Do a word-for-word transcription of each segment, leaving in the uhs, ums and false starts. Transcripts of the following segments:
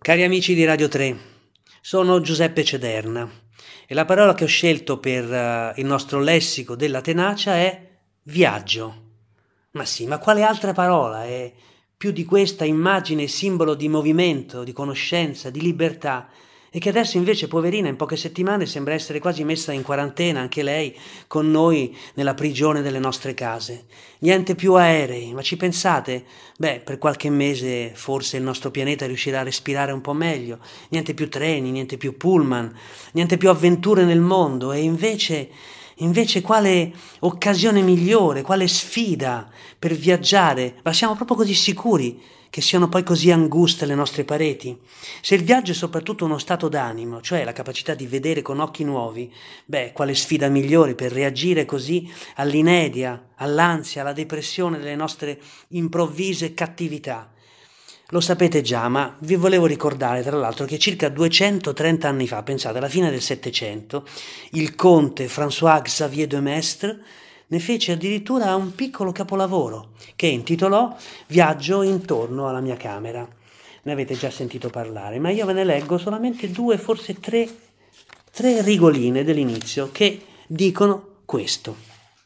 Cari amici di Radio tre, sono Giuseppe Cederna e la parola che ho scelto per uh, il nostro lessico della tenacia è viaggio. Ma sì, ma quale altra parola è più di questa immagine simbolo di movimento, di conoscenza, di libertà, e che adesso invece, poverina, in poche settimane sembra essere quasi messa in quarantena anche lei con noi nella prigione delle nostre case. Niente più aerei, ma ci pensate? Beh, per qualche mese forse il nostro pianeta riuscirà a respirare un po' meglio. Niente più treni, niente più pullman, niente più avventure nel mondo, e invece... Invece quale occasione migliore, quale sfida per viaggiare, ma siamo proprio così sicuri che siano poi così anguste le nostre pareti? Se il viaggio è soprattutto uno stato d'animo, cioè la capacità di vedere con occhi nuovi, beh, quale sfida migliore per reagire così all'inedia, all'ansia, alla depressione delle nostre improvvise cattività? Lo sapete già, ma vi volevo ricordare tra l'altro che circa duecentotrenta anni fa, pensate, alla fine del Settecento, il conte François-Xavier de Maistre ne fece addirittura un piccolo capolavoro che intitolò Viaggio intorno alla mia camera. Ne avete già sentito parlare, ma io ve ne leggo solamente due, forse tre, tre rigoline dell'inizio che dicono questo.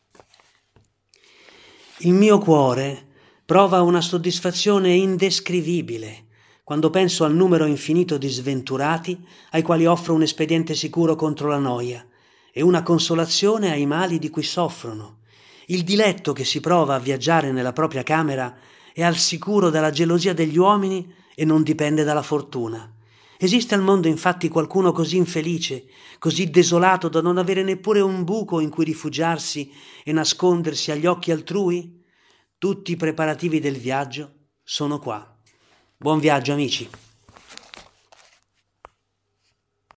Il mio cuore prova una soddisfazione indescrivibile quando penso al numero infinito di sventurati ai quali offro un espediente sicuro contro la noia e una consolazione ai mali di cui soffrono. Il diletto che si prova a viaggiare nella propria camera è al sicuro dalla gelosia degli uomini e non dipende dalla fortuna. Esiste al mondo infatti qualcuno così infelice, così desolato da non avere neppure un buco in cui rifugiarsi e nascondersi agli occhi altrui? Tutti i preparativi del viaggio sono qua. Buon viaggio, amici!